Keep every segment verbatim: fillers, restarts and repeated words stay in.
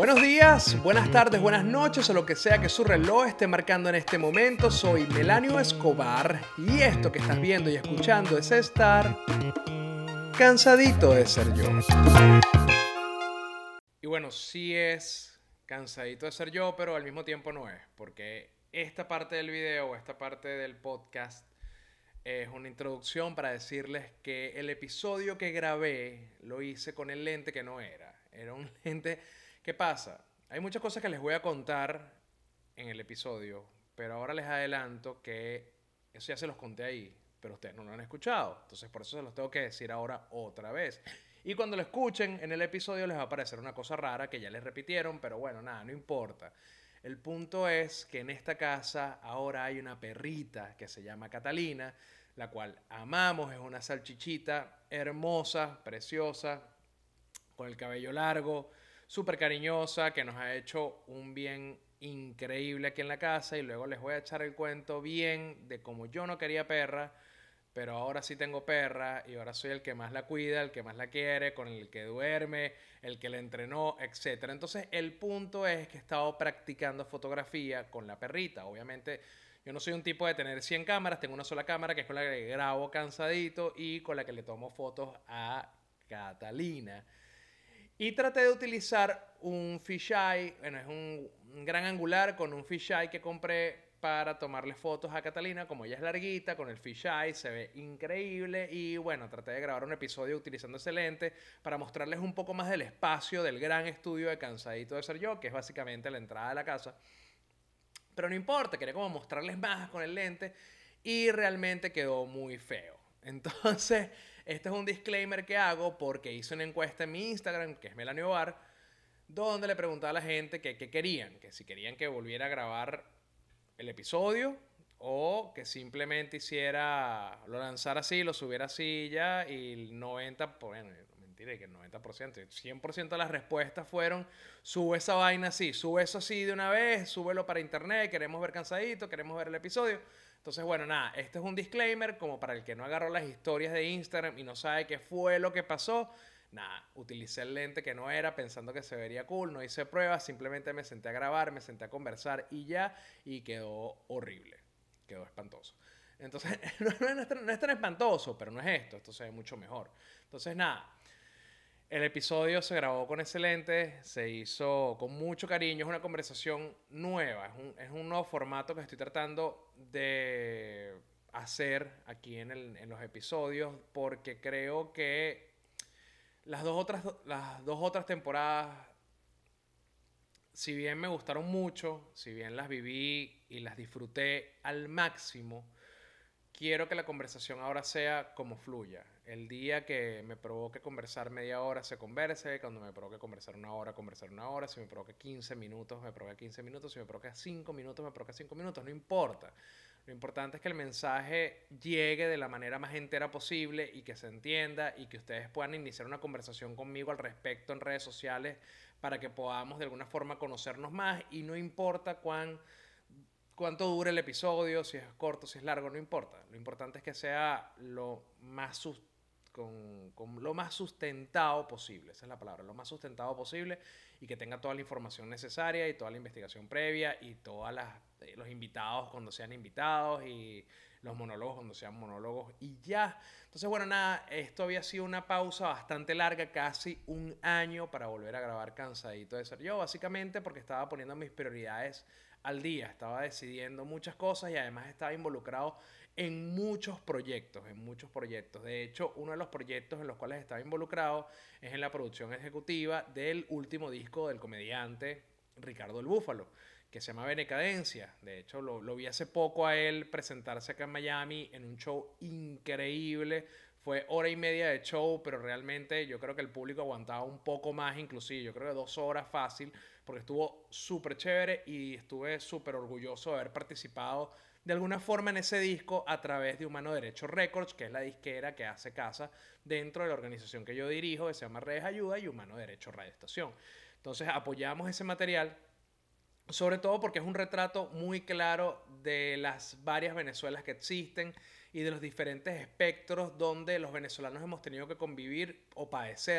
Buenos días, buenas tardes, buenas noches o lo que sea que su reloj esté marcando en este momento. Soy Melanio Escobar y esto que estás viendo y escuchando es estar cansadito de ser yo. Y bueno, sí es cansadito de ser yo, pero al mismo tiempo no es, porque esta parte del video o esta parte del podcast es una introducción para decirles que el episodio que grabé lo hice con el lente que no era. Era un lente... ¿Qué pasa? Hay muchas cosas que les voy a contar en el episodio, pero ahora les adelanto que eso ya se los conté ahí, pero ustedes no lo han escuchado. Entonces por eso se los tengo que decir ahora otra vez. Y cuando lo escuchen en el episodio les va a parecer una cosa rara que ya les repitieron, pero bueno, nada, no importa. El punto es que en esta casa ahora hay una perrita que se llama Catalina, la cual amamos, es una salchichita hermosa, preciosa, con el cabello largo, súper cariñosa, que nos ha hecho un bien increíble aquí en la casa. Y luego les voy a echar el cuento bien de cómo yo no quería perra, pero ahora sí tengo perra y ahora soy el que más la cuida, el que más la quiere, con el que duerme, el que la entrenó, etcétera. Entonces el punto es que he estado practicando fotografía con la perrita. Obviamente yo no soy un tipo de tener cien cámaras, tengo una sola cámara que es con la que grabo cansadito y con la que le tomo fotos a Catalina. Y traté de utilizar un fisheye, bueno, es un, un gran angular con un fisheye que compré para tomarle fotos a Catalina. Como ella es larguita, con el fisheye se ve increíble. Y bueno, traté de grabar un episodio utilizando ese lente para mostrarles un poco más del espacio del gran estudio de Cansadito de Ser Yo, que es básicamente la entrada de la casa. Pero no importa, quería como mostrarles más con el lente y realmente quedó muy feo. Entonces, este es un disclaimer que hago porque hice una encuesta en mi Instagram, que es Melanio Bar, donde le preguntaba a la gente que qué querían, que si querían que volviera a grabar el episodio o que simplemente hiciera, lo lanzara así, lo subiera así ya, y el noventa por ciento, bueno, mentira, que el noventa por ciento, cien por ciento de las respuestas fueron: sube esa vaina así, sube eso así de una vez, súbelo para internet, queremos ver Cansadito, queremos ver el episodio. Entonces, bueno, nada, este es un disclaimer como para el que no agarró las historias de Instagram y no sabe qué fue lo que pasó. Nada, utilicé el lente que no era pensando que se vería cool, no hice pruebas, simplemente me senté a grabar, me senté a conversar y ya, y quedó horrible, quedó espantoso. Entonces, no, no, es tan, no es tan espantoso, pero no es esto, esto se ve mucho mejor. Entonces, nada, el episodio se grabó con ese lente, se hizo con mucho cariño, es una conversación nueva, es un, es un nuevo formato que estoy tratando de hacer aquí en, el, en los episodios, porque creo que las dos otras, las dos otras temporadas, si bien me gustaron mucho, si bien las viví y las disfruté al máximo, quiero que la conversación ahora sea como fluya. El día que me provoque conversar media hora, se converse. Cuando me provoque conversar una hora, conversar una hora. Si me provoque quince minutos, me provoque quince minutos. Si me provoque cinco minutos, me provoque cinco minutos. No importa. Lo importante es que el mensaje llegue de la manera más entera posible y que se entienda y que ustedes puedan iniciar una conversación conmigo al respecto en redes sociales para que podamos de alguna forma conocernos más. Y no importa cuán, cuánto dure el episodio, si es corto, si es largo, no importa. Lo importante es que sea lo más sus, con, con lo más sustentado posible, esa es la palabra, lo más sustentado posible, y que tenga toda la información necesaria y toda la investigación previa y todos los invitados cuando sean invitados y los monólogos cuando sean monólogos y ya. Entonces, bueno, nada, esto había sido una pausa bastante larga, casi un año para volver a grabar Cansadito de Ser Yo, básicamente porque estaba poniendo mis prioridades al día, estaba decidiendo muchas cosas y además estaba involucrado en muchos proyectos, en muchos proyectos. De hecho, uno de los proyectos en los cuales estaba involucrado es en la producción ejecutiva del último disco del comediante Ricardo el Búfalo, que se llama Benecadencia. De hecho, lo, lo vi hace poco a él presentarse acá en Miami en un show increíble. Fue hora y media de show, pero realmente yo creo que el público aguantaba un poco más, inclusive. Yo creo que dos horas fácil, porque estuvo súper chévere y estuve súper orgulloso de haber participado de alguna forma en ese disco a través de Humano Derecho Records, que es la disquera que hace casa dentro de la organización que yo dirijo, que se llama Redes Ayuda, y Humano Derecho Radio Estación. Entonces apoyamos ese material, sobre todo porque es un retrato muy claro de las varias Venezuelas que existen y de los diferentes espectros donde los venezolanos hemos tenido que convivir o padecer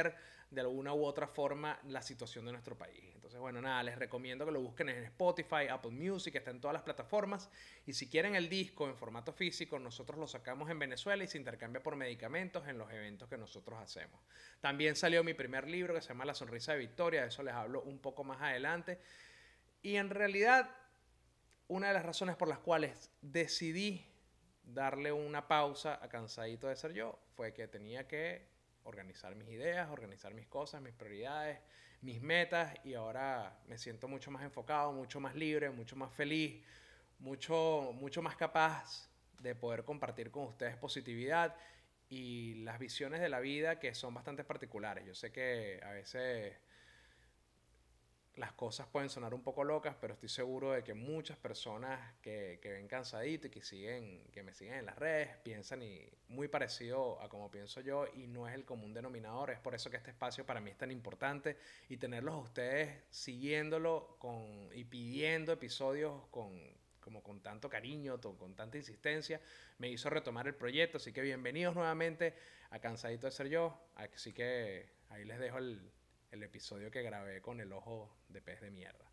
de alguna u otra forma la situación de nuestro país. Entonces, bueno, nada, les recomiendo que lo busquen en Spotify, Apple Music, está en todas las plataformas. Y si quieren el disco en formato físico, nosotros lo sacamos en Venezuela y se intercambia por medicamentos en los eventos que nosotros hacemos. También salió mi primer libro que se llama La Sonrisa de Victoria, de eso les hablo un poco más adelante. Y en realidad, una de las razones por las cuales decidí darle una pausa a Cansadito de Ser Yo fue que tenía que organizar mis ideas, organizar mis cosas, mis prioridades, mis metas, y ahora me siento mucho más enfocado, mucho más libre, mucho más feliz, mucho, mucho más capaz de poder compartir con ustedes positividad y las visiones de la vida que son bastante particulares. Yo sé que a veces las cosas pueden sonar un poco locas, pero estoy seguro de que muchas personas que, que ven Cansadito y que, siguen, que me siguen en las redes piensan y muy parecido a como pienso yo, y no es el común denominador. Es por eso que este espacio para mí es tan importante, y tenerlos a ustedes siguiéndolo con, y pidiendo episodios con, como con tanto cariño, to, con tanta insistencia, me hizo retomar el proyecto. Así que bienvenidos nuevamente a Cansadito de Ser Yo. Así que ahí les dejo el el episodio que grabé con el ojo de pez de mierda.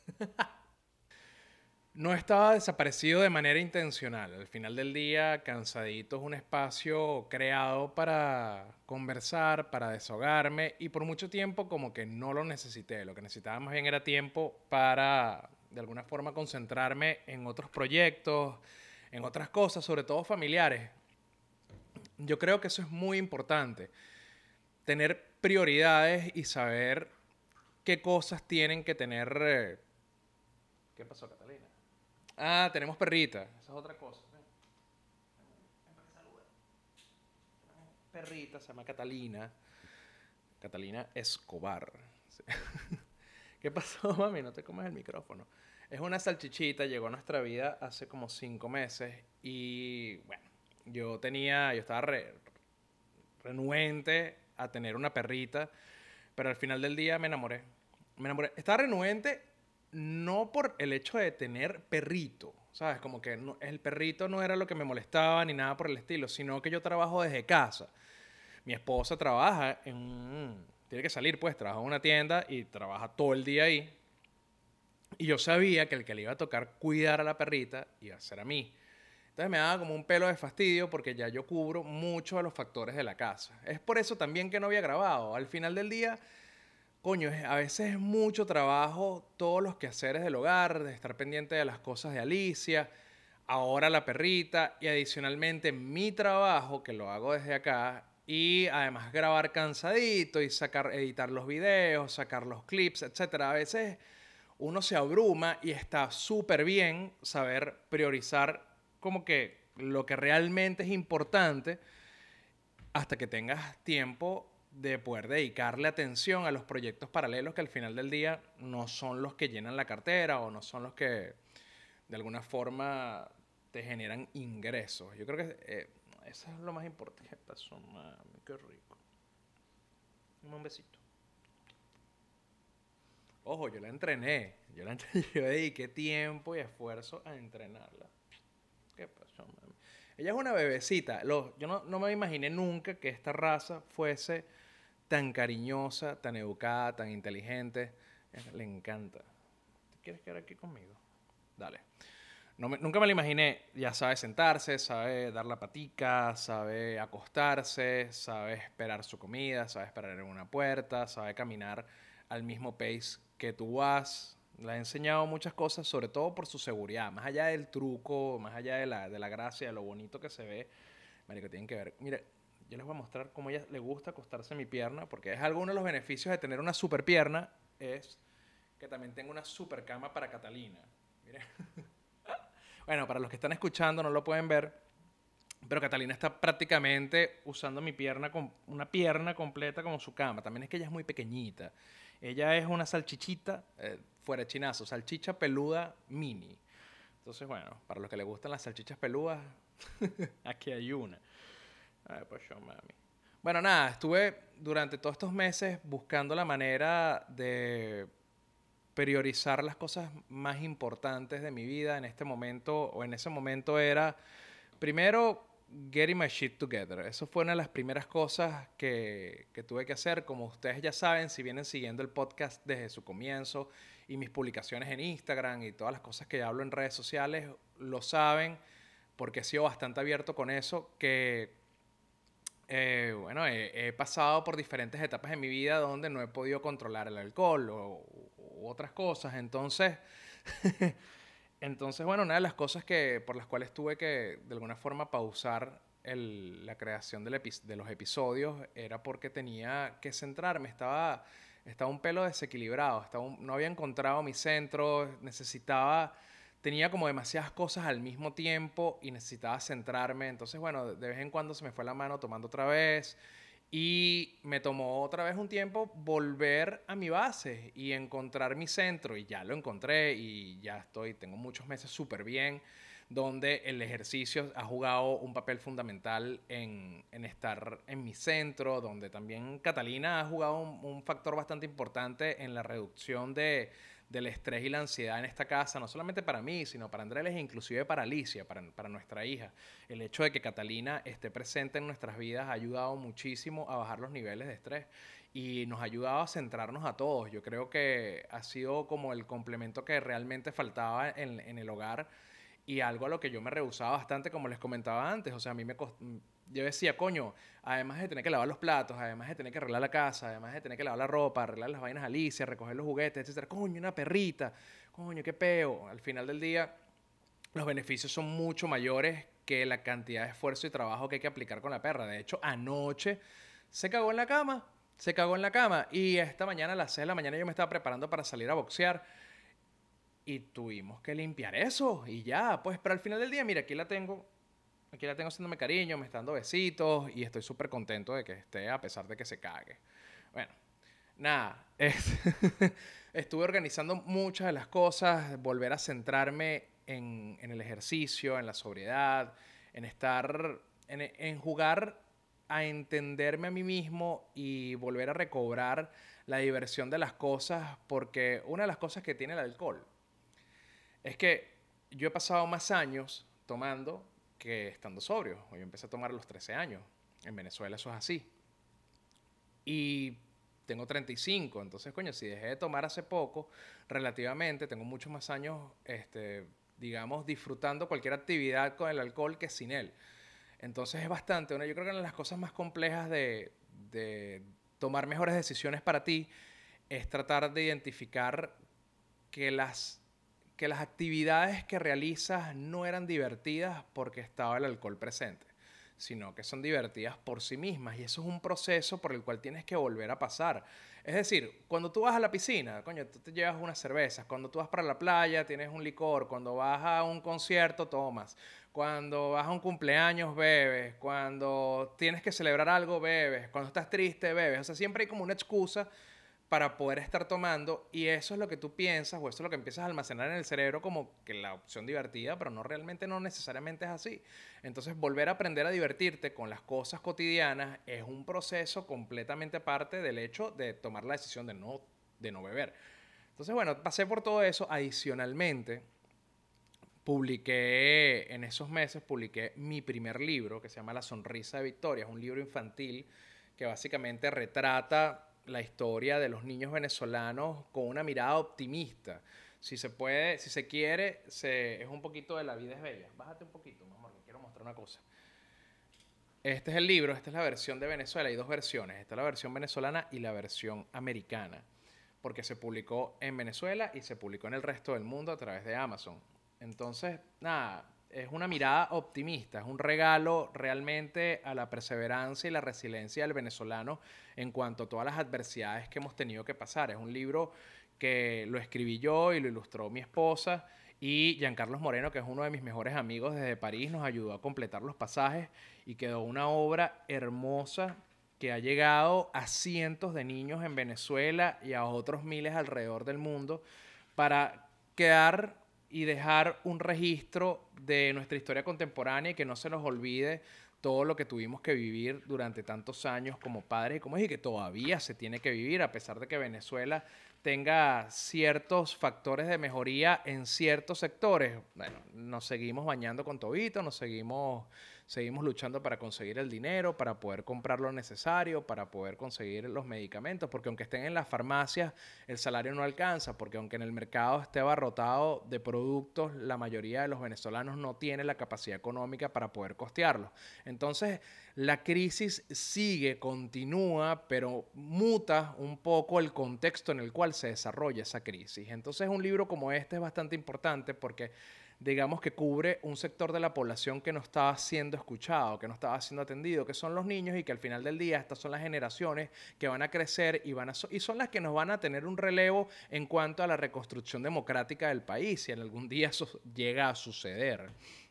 No estaba desaparecido de manera intencional. Al final del día, Cansadito es un espacio creado para conversar, para desahogarme, y por mucho tiempo como que no lo necesité. Lo que necesitaba más bien era tiempo para, de alguna forma, concentrarme en otros proyectos, en otras cosas, sobre todo familiares. Yo creo que eso es muy importante. Tener prioridades y saber qué cosas tienen que tener. Eh... ¿Qué pasó, Catalina? Ah, tenemos perrita. Esa es otra cosa. Perrita, se llama Catalina. Catalina Escobar. Sí. ¿Qué pasó, mami? No te comas el micrófono. Es una salchichita, llegó a nuestra vida hace como cinco meses y, bueno, yo tenía, yo estaba re, renuente a tener una perrita, pero al final del día me enamoré. Me enamoré. Estaba renuente no por el hecho de tener perrito, ¿sabes? Como que no, el perrito no era lo que me molestaba ni nada por el estilo, sino que yo trabajo desde casa. Mi esposa trabaja en... Tiene que salir, pues, trabaja en una tienda y trabaja todo el día ahí. Y yo sabía que el que le iba a tocar cuidar a la perrita iba a ser a mí. Entonces me daba como un pelo de fastidio porque ya yo cubro muchos de los factores de la casa. Es por eso también que no había grabado. Al final del día, coño, a veces es mucho trabajo todos los quehaceres del hogar, de estar pendiente de las cosas de Alicia, ahora la perrita, y adicionalmente mi trabajo, que lo hago desde acá, y además grabar Cansadito y sacar, editar los videos, sacar los clips, etcétera. A veces uno se abruma y está súper bien saber priorizar como que lo que realmente es importante hasta que tengas tiempo de poder dedicarle atención a los proyectos paralelos que al final del día no son los que llenan la cartera o no son los que de alguna forma te generan ingresos. Yo creo que eh, eso es lo más importante. ¿Qué pasó, mami? Qué rico. Dame un besito. Ojo, yo la entrené. Yo, la entrené. Yo dediqué tiempo y esfuerzo a entrenarla. ¿Qué pasó, mami? Ella es una bebecita. Lo, yo no, no me imaginé nunca que esta raza fuese tan cariñosa, tan educada, tan inteligente. Le encanta. ¿Quieres quedar aquí conmigo? Dale. No me, nunca me lo imaginé. Ya sabe sentarse, sabe dar la patica, sabe acostarse, sabe esperar su comida, sabe esperar en una puerta, sabe caminar al mismo pace que tú vas. Le he enseñado muchas cosas, sobre todo por su seguridad. Más allá del truco, más allá de la, de la gracia, de lo bonito que se ve. Marico, tienen que ver. Mira, yo les voy a mostrar cómo a ella le gusta acostarse en mi pierna, porque es alguno de los beneficios de tener una super pierna, es que también tengo una super cama para Catalina. Miren. Bueno, para los que están escuchando no lo pueden ver, pero Catalina está prácticamente usando mi pierna, con una pierna completa como su cama. También es que ella es muy pequeñita. Ella es una salchichita, eh, fuera de chinazo, salchicha peluda mini. Entonces, bueno, para los que les gustan las salchichas peludas, aquí hay una. Ay, pues yo, mami. Bueno, nada, estuve durante todos estos meses buscando la manera de priorizar las cosas más importantes de mi vida en este momento, o en ese momento era, primero, getting my shit together. Eso fue una de las primeras cosas que, que tuve que hacer. Como ustedes ya saben, si vienen siguiendo el podcast desde su comienzo y mis publicaciones en Instagram y todas las cosas que hablo en redes sociales, lo saben porque he sido bastante abierto con eso, que eh, bueno, he, he pasado por diferentes etapas en mi vida donde no he podido controlar el alcohol o, u otras cosas. Entonces, entonces, bueno, una de las cosas que, por las cuales tuve que, de alguna forma, pausar el- la creación del epi- de los episodios era porque tenía que centrarme. Estaba, estaba un pelo desequilibrado, estaba un- no había encontrado mi centro, necesitaba, tenía como demasiadas cosas al mismo tiempo y necesitaba centrarme. Entonces, bueno, de de vez en cuando se me fue la mano tomando otra vez. Y me tomó otra vez un tiempo volver a mi base y encontrar mi centro. Y ya lo encontré y ya estoy, tengo muchos meses súper bien, donde el ejercicio ha jugado un papel fundamental en, en estar en mi centro, donde también Catalina ha jugado un, un factor bastante importante en la reducción de, del estrés y la ansiedad en esta casa, no solamente para mí, sino para Andrés e inclusive para Alicia, para, para nuestra hija. El hecho de que Catalina esté presente en nuestras vidas ha ayudado muchísimo a bajar los niveles de estrés y nos ha ayudado a centrarnos a todos. Yo creo que ha sido como el complemento que realmente faltaba en, en el hogar y algo a lo que yo me rehusaba bastante, como les comentaba antes. O sea, a mí me cost... yo decía, coño, además de tener que lavar los platos, además de tener que arreglar la casa, además de tener que lavar la ropa, arreglar las vainas Alicia, recoger los juguetes, etcétera, coño, una perrita, coño, qué peo. Al final del día, los beneficios son mucho mayores que la cantidad de esfuerzo y trabajo que hay que aplicar con la perra. De hecho, anoche se cagó en la cama, se cagó en la cama y esta mañana a las seis de la mañana yo me estaba preparando para salir a boxear y tuvimos que limpiar eso y ya, pues, pero al final del día, mira, aquí la tengo, aquí la tengo haciéndome cariño, me está dando besitos y estoy súper contento de que esté a pesar de que se cague. Bueno, nada, es- estuve organizando muchas de las cosas, volver a centrarme en, en el ejercicio, en la sobriedad, en estar, en, en jugar a entenderme a mí mismo y volver a recobrar la diversión de las cosas, porque una de las cosas que tiene el alcohol es que yo he pasado más años tomando que estando sobrio. Yo empecé a tomar a los trece años. En Venezuela eso es así. Y tengo treinta y cinco, entonces, coño, si dejé de tomar hace poco, relativamente, tengo muchos más años, este, digamos, disfrutando cualquier actividad con el alcohol que sin él. Entonces es bastante, bueno, yo creo que una de las cosas más complejas de, de tomar mejores decisiones para ti es tratar de identificar que las, que las actividades que realizas no eran divertidas porque estaba el alcohol presente, sino que son divertidas por sí mismas. Y eso es un proceso por el cual tienes que volver a pasar. Es decir, cuando tú vas a la piscina, coño, tú te llevas unas cervezas. Cuando tú vas para la playa, tienes un licor. Cuando vas a un concierto, tomas. Cuando vas a un cumpleaños, bebes. Cuando tienes que celebrar algo, bebes. Cuando estás triste, bebes. O sea, siempre hay como una excusa para poder estar tomando y eso es lo que tú piensas o eso es lo que empiezas a almacenar en el cerebro como que la opción divertida, pero no realmente no necesariamente es así. Entonces volver a aprender a divertirte con las cosas cotidianas es un proceso completamente aparte del hecho de tomar la decisión de no, de no beber. Entonces bueno, pasé por todo eso. Adicionalmente, publiqué en esos meses, publiqué mi primer libro que se llama La Sonrisa de Victoria. Es un libro infantil que básicamente retrata la historia de los niños venezolanos con una mirada optimista. Si se puede, si se quiere, se, es un poquito de La vida es bella. Bájate un poquito, mi amor, que quiero mostrar una cosa. Este es el libro, esta es la versión de Venezuela. Hay dos versiones. Esta es la versión venezolana y la versión americana. Porque se publicó en Venezuela y se publicó en el resto del mundo a través de Amazon. Entonces, nada, es una mirada optimista, es un regalo realmente a la perseverancia y la resiliencia del venezolano en cuanto a todas las adversidades que hemos tenido que pasar. Es un libro que lo escribí yo y lo ilustró mi esposa y Giancarlos Moreno, que es uno de mis mejores amigos desde París, nos ayudó a completar los pasajes y quedó una obra hermosa que ha llegado a cientos de niños en Venezuela y a otros miles alrededor del mundo para quedar y dejar un registro de nuestra historia contemporánea y que no se nos olvide todo lo que tuvimos que vivir durante tantos años como padres y como dije, que todavía se tiene que vivir, a pesar de que Venezuela tenga ciertos factores de mejoría en ciertos sectores, bueno, nos seguimos bañando con tobito, nos seguimos, seguimos luchando para conseguir el dinero, para poder comprar lo necesario, para poder conseguir los medicamentos, porque aunque estén en las farmacias, el salario no alcanza, porque aunque en el mercado esté abarrotado de productos, la mayoría de los venezolanos no tiene la capacidad económica para poder costearlos. Entonces, la crisis sigue, continúa, pero muta un poco el contexto en el cual se desarrolla esa crisis. Entonces, un libro como este es bastante importante porque digamos que cubre un sector de la población que no estaba siendo escuchado, que no estaba siendo atendido, que son los niños y que al final del día estas son las generaciones que van a crecer y, van a so- y son las que nos van a tener un relevo en cuanto a la reconstrucción democrática del país, si en algún día eso llega a suceder.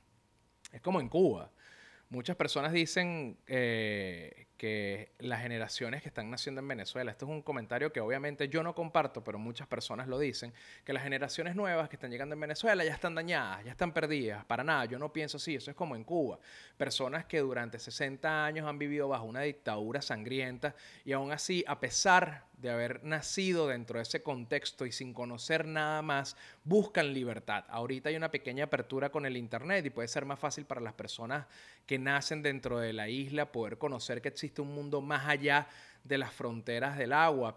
Es como en Cuba. Muchas personas dicen eh, que las generaciones que están naciendo en Venezuela, esto es un comentario que obviamente yo no comparto, pero muchas personas lo dicen, que las generaciones nuevas que están llegando en Venezuela ya están dañadas, ya están perdidas. Para nada, yo no pienso así, eso es como en Cuba. Personas que durante sesenta años han vivido bajo una dictadura sangrienta y aún así, a pesar de haber nacido dentro de ese contexto y sin conocer nada más, buscan libertad. Ahorita hay una pequeña apertura con el internet y puede ser más fácil para las personas que nacen dentro de la isla poder conocer que existe un mundo más allá de las fronteras del agua.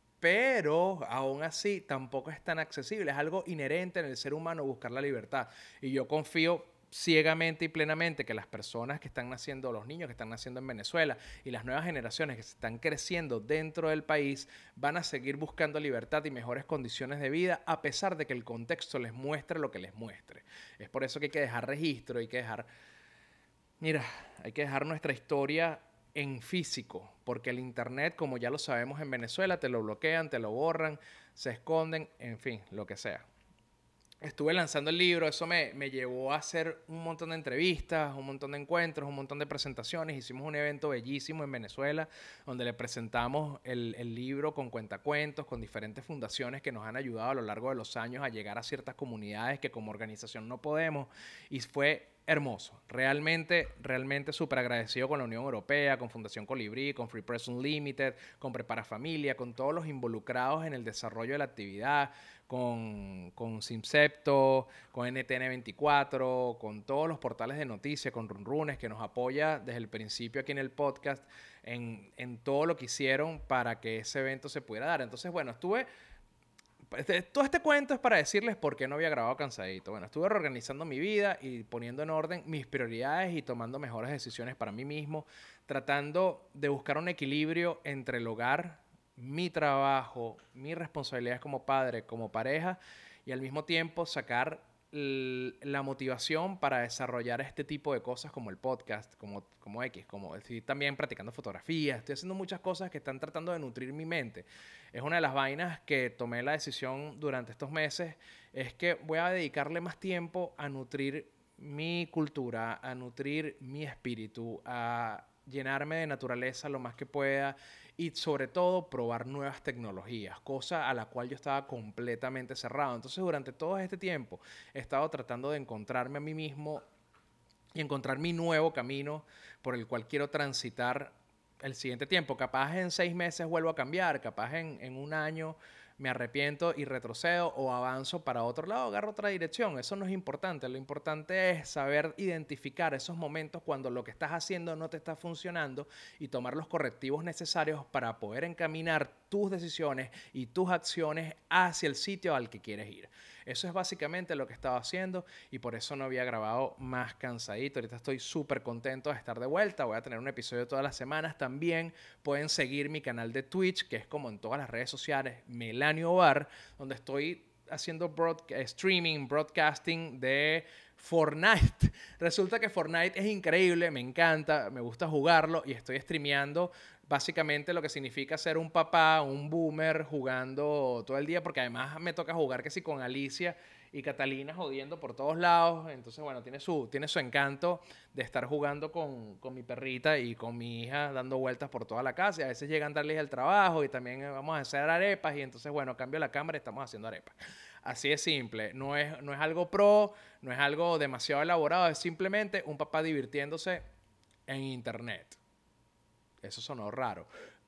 Pero aún así tampoco es tan accesible. Es algo inherente en el ser humano buscar la libertad. Y yo confío ciegamente y plenamente que las personas que están naciendo, los niños que están naciendo en Venezuela y las nuevas generaciones que se están creciendo dentro del país van a seguir buscando libertad y mejores condiciones de vida a pesar de que el contexto les muestre lo que les muestre. Es por eso que hay que dejar registro, hay que dejar, mira, hay que dejar nuestra historia en físico, porque el internet, como ya lo sabemos en Venezuela, te lo bloquean, te lo borran, se esconden, en fin, lo que sea. Estuve lanzando el libro, eso me, me llevó a hacer un montón de entrevistas, un montón de encuentros, un montón de presentaciones. Hicimos un evento bellísimo en Venezuela donde le presentamos el, el libro con cuentacuentos, con diferentes fundaciones que nos han ayudado a lo largo de los años a llegar a ciertas comunidades que como organización no podemos. Y fue hermoso. Realmente, realmente súper agradecido con la Unión Europea, con Fundación Colibrí, con Free Press Unlimited, con Prepara Familia, con todos los involucrados en el desarrollo de la actividad, con, con Simcepto, con N T N veinticuatro, con todos los portales de noticias, con Runrunes, que nos apoya desde el principio aquí en el podcast, en, en todo lo que hicieron para que ese evento se pudiera dar. Entonces, bueno, estuve... Este, todo este cuento es para decirles por qué no había grabado Cansadito. Bueno, estuve reorganizando mi vida y poniendo en orden mis prioridades y tomando mejores decisiones para mí mismo, tratando de buscar un equilibrio entre el hogar, mi trabajo, mis responsabilidades como padre, como pareja y al mismo tiempo sacar la motivación para desarrollar este tipo de cosas como el podcast, como, como X, como estoy también practicando fotografía, estoy haciendo muchas cosas que están tratando de nutrir mi mente. Es una de las vainas que tomé la decisión durante estos meses, es que voy a dedicarle más tiempo a nutrir mi cultura, a nutrir mi espíritu, a llenarme de naturaleza lo más que pueda y sobre todo probar nuevas tecnologías, cosa a la cual yo estaba completamente cerrado. Entonces durante todo este tiempo he estado tratando de encontrarme a mí mismo y encontrar mi nuevo camino por el cual quiero transitar el siguiente tiempo. Capaz en seis meses vuelvo a cambiar, capaz en, en un año me arrepiento y retrocedo o avanzo para otro lado, agarro otra dirección. Eso no es importante. Lo importante es saber identificar esos momentos cuando lo que estás haciendo no te está funcionando y tomar los correctivos necesarios para poder encaminar tus decisiones y tus acciones hacia el sitio al que quieres ir. Eso es básicamente lo que estaba haciendo y por eso no había grabado más Cansadito. Ahorita estoy súper contento de estar de vuelta. Voy a tener un episodio todas las semanas. También pueden seguir mi canal de Twitch, que es como en todas las redes sociales, Melanio Bar, donde estoy haciendo broadca- streaming, broadcasting de Fortnite. Resulta que Fortnite es increíble, me encanta, me gusta jugarlo y estoy streameando básicamente lo que significa ser un papá, un boomer jugando todo el día, porque además me toca jugar que sí con Alicia y Catalina jodiendo por todos lados. Entonces, bueno, tiene su, tiene su encanto de estar jugando con, con mi perrita y con mi hija dando vueltas por toda la casa. Y a veces llegan darles el trabajo y también vamos a hacer arepas y entonces, bueno, cambio la cámara y estamos haciendo arepas. Así de simple. No es, no es algo pro, no es algo demasiado elaborado, es simplemente un papá divirtiéndose en internet. Eso sonó raro.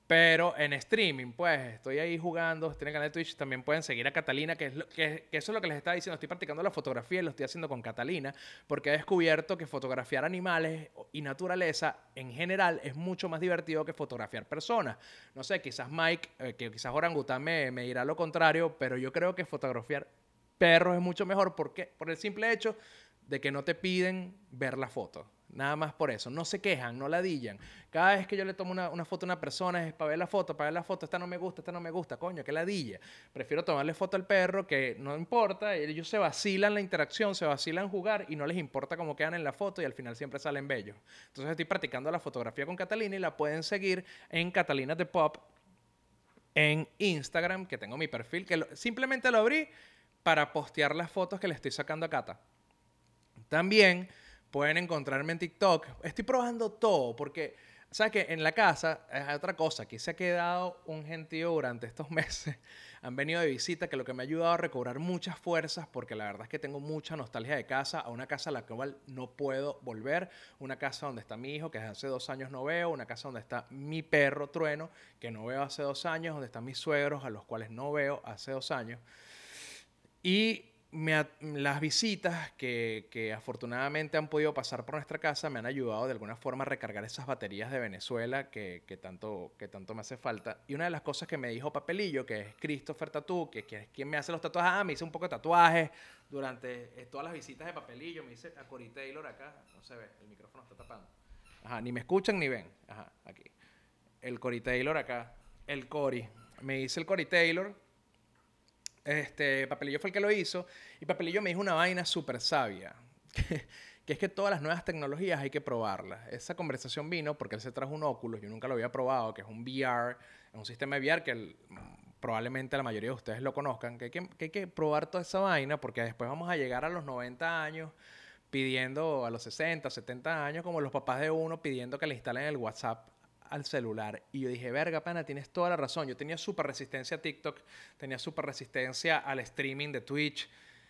Pero en streaming, pues, estoy ahí jugando, estoy en el canal de Twitch, también pueden seguir a Catalina, que, es lo, que, que eso es lo que les estaba diciendo, estoy practicando la fotografía y lo estoy haciendo con Catalina, porque he descubierto que fotografiar animales y naturaleza en general es mucho más divertido que fotografiar personas. No sé, quizás Mike, eh, que quizás Orangután me, me dirá lo contrario, pero yo creo que fotografiar perros es mucho mejor, ¿por qué? Por el simple hecho de que no te piden ver la foto. Nada más por eso. No se quejan, no ladillan. Cada vez que yo le tomo una, una foto a una persona es para ver la foto, para ver la foto. Esta no me gusta, esta no me gusta. Coño, qué ladilla. Prefiero tomarle foto al perro, que no importa. Ellos se vacilan la interacción, se vacilan jugar y no les importa cómo quedan en la foto y al final siempre salen bellos. Entonces estoy practicando la fotografía con Catalina y la pueden seguir en Catalina The Pop en Instagram, que tengo mi perfil, que lo, simplemente lo abrí para postear las fotos que le estoy sacando a Cata. También pueden encontrarme en TikTok. Estoy probando todo porque, ¿sabes qué? En la casa es otra cosa. Aquí se ha quedado un gentío durante estos meses. Han venido de visita, que lo que me ha ayudado a recobrar muchas fuerzas, porque la verdad es que tengo mucha nostalgia de casa, a una casa a la cual no puedo volver. Una casa donde está mi hijo, que hace dos años no veo. Una casa donde está mi perro Trueno, que no veo hace dos años. Donde están mis suegros, a los cuales no veo hace dos años. Y me, las visitas que, que afortunadamente han podido pasar por nuestra casa me han ayudado de alguna forma a recargar esas baterías de Venezuela que, que, tanto, que tanto me hace falta. Y una de las cosas que me dijo Papelillo, que es Christopher Tattoo, que, que es quien me hace los tatuajes, ah, me hice un poco de tatuajes durante eh, todas las visitas de Papelillo, me hice a Cory Taylor acá, no se ve, el micrófono está tapando. Ajá, ni me escuchan ni ven. Ajá, aquí. El Cory Taylor acá, el Cory. Me hice el Cory Taylor. Este, Papelillo fue el que lo hizo y Papelillo me dijo una vaina súper sabia, que, que es que todas las nuevas tecnologías hay que probarlas. Esa conversación vino porque él se trajo un Oculus, yo nunca lo había probado, que es un V R, es un sistema de V R que el, probablemente la mayoría de ustedes lo conozcan, que hay que, que hay que probar toda esa vaina porque después vamos a llegar a los noventa años pidiendo, a los sesenta, setenta años, como los papás de uno pidiendo que le instalen el WhatsApp al celular. Y yo dije, verga, pana, tienes toda la razón. Yo tenía súper resistencia a TikTok, tenía súper resistencia al streaming de Twitch.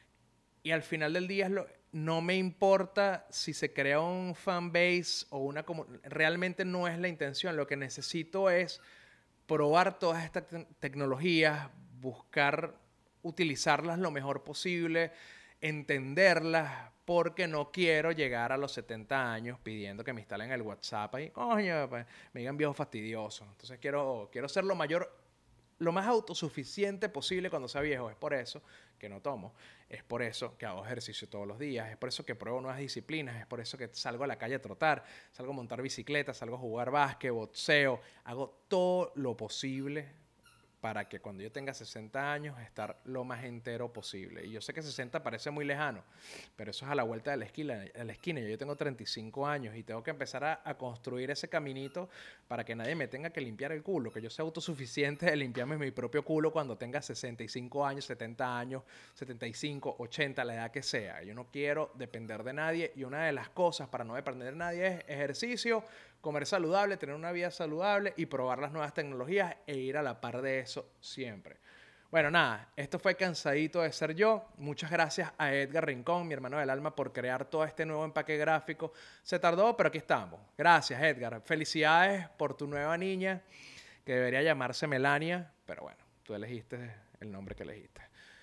Y al final del día es lo, no me importa si se crea un fanbase o una... Como, realmente no es la intención. Lo que necesito es probar todas estas te- tecnologías, buscar utilizarlas lo mejor posible, entenderlas, porque no quiero llegar a los setenta años pidiendo que me instalen el WhatsApp ahí, coño, pues, me digan viejo fastidioso. Entonces quiero, quiero ser lo mayor, lo más autosuficiente posible cuando sea viejo. Es por eso que no tomo, es por eso que hago ejercicio todos los días, es por eso que pruebo nuevas disciplinas, es por eso que salgo a la calle a trotar, salgo a montar bicicleta, salgo a jugar básquet, boxeo, hago todo lo posible para que cuando yo tenga sesenta años estar lo más entero posible. Y yo sé que sesenta parece muy lejano, pero eso es a la vuelta de la esquina. A la esquina. Yo tengo treinta y cinco años y tengo que empezar a, a construir ese caminito para que nadie me tenga que limpiar el culo, que yo sea autosuficiente de limpiarme mi propio culo cuando tenga sesenta y cinco años, setenta años, setenta y cinco, ochenta, la edad que sea. Yo no quiero depender de nadie y una de las cosas para no depender de nadie es ejercicio, comer saludable, tener una vida saludable y probar las nuevas tecnologías e ir a la par de eso siempre. Bueno, nada, esto fue Cansadito de Ser Yo. Muchas gracias a Edgar Rincón, mi hermano del alma, por crear todo este nuevo empaque gráfico. Se tardó, pero aquí estamos. Gracias, Edgar. Felicidades por tu nueva niña, que debería llamarse Melania, pero bueno, tú elegiste el nombre que elegiste.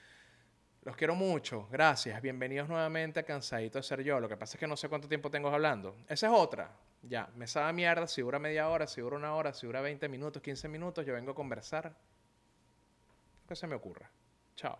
Los quiero mucho, gracias. Bienvenidos nuevamente a Cansadito de Ser Yo. Lo que pasa es que no sé cuánto tiempo tengo hablando. Esa es otra. Ya, me sabe mierda si dura media hora, si dura una hora, si dura veinte minutos, quince minutos. Yo vengo a conversar. Lo que se me ocurra. Chao.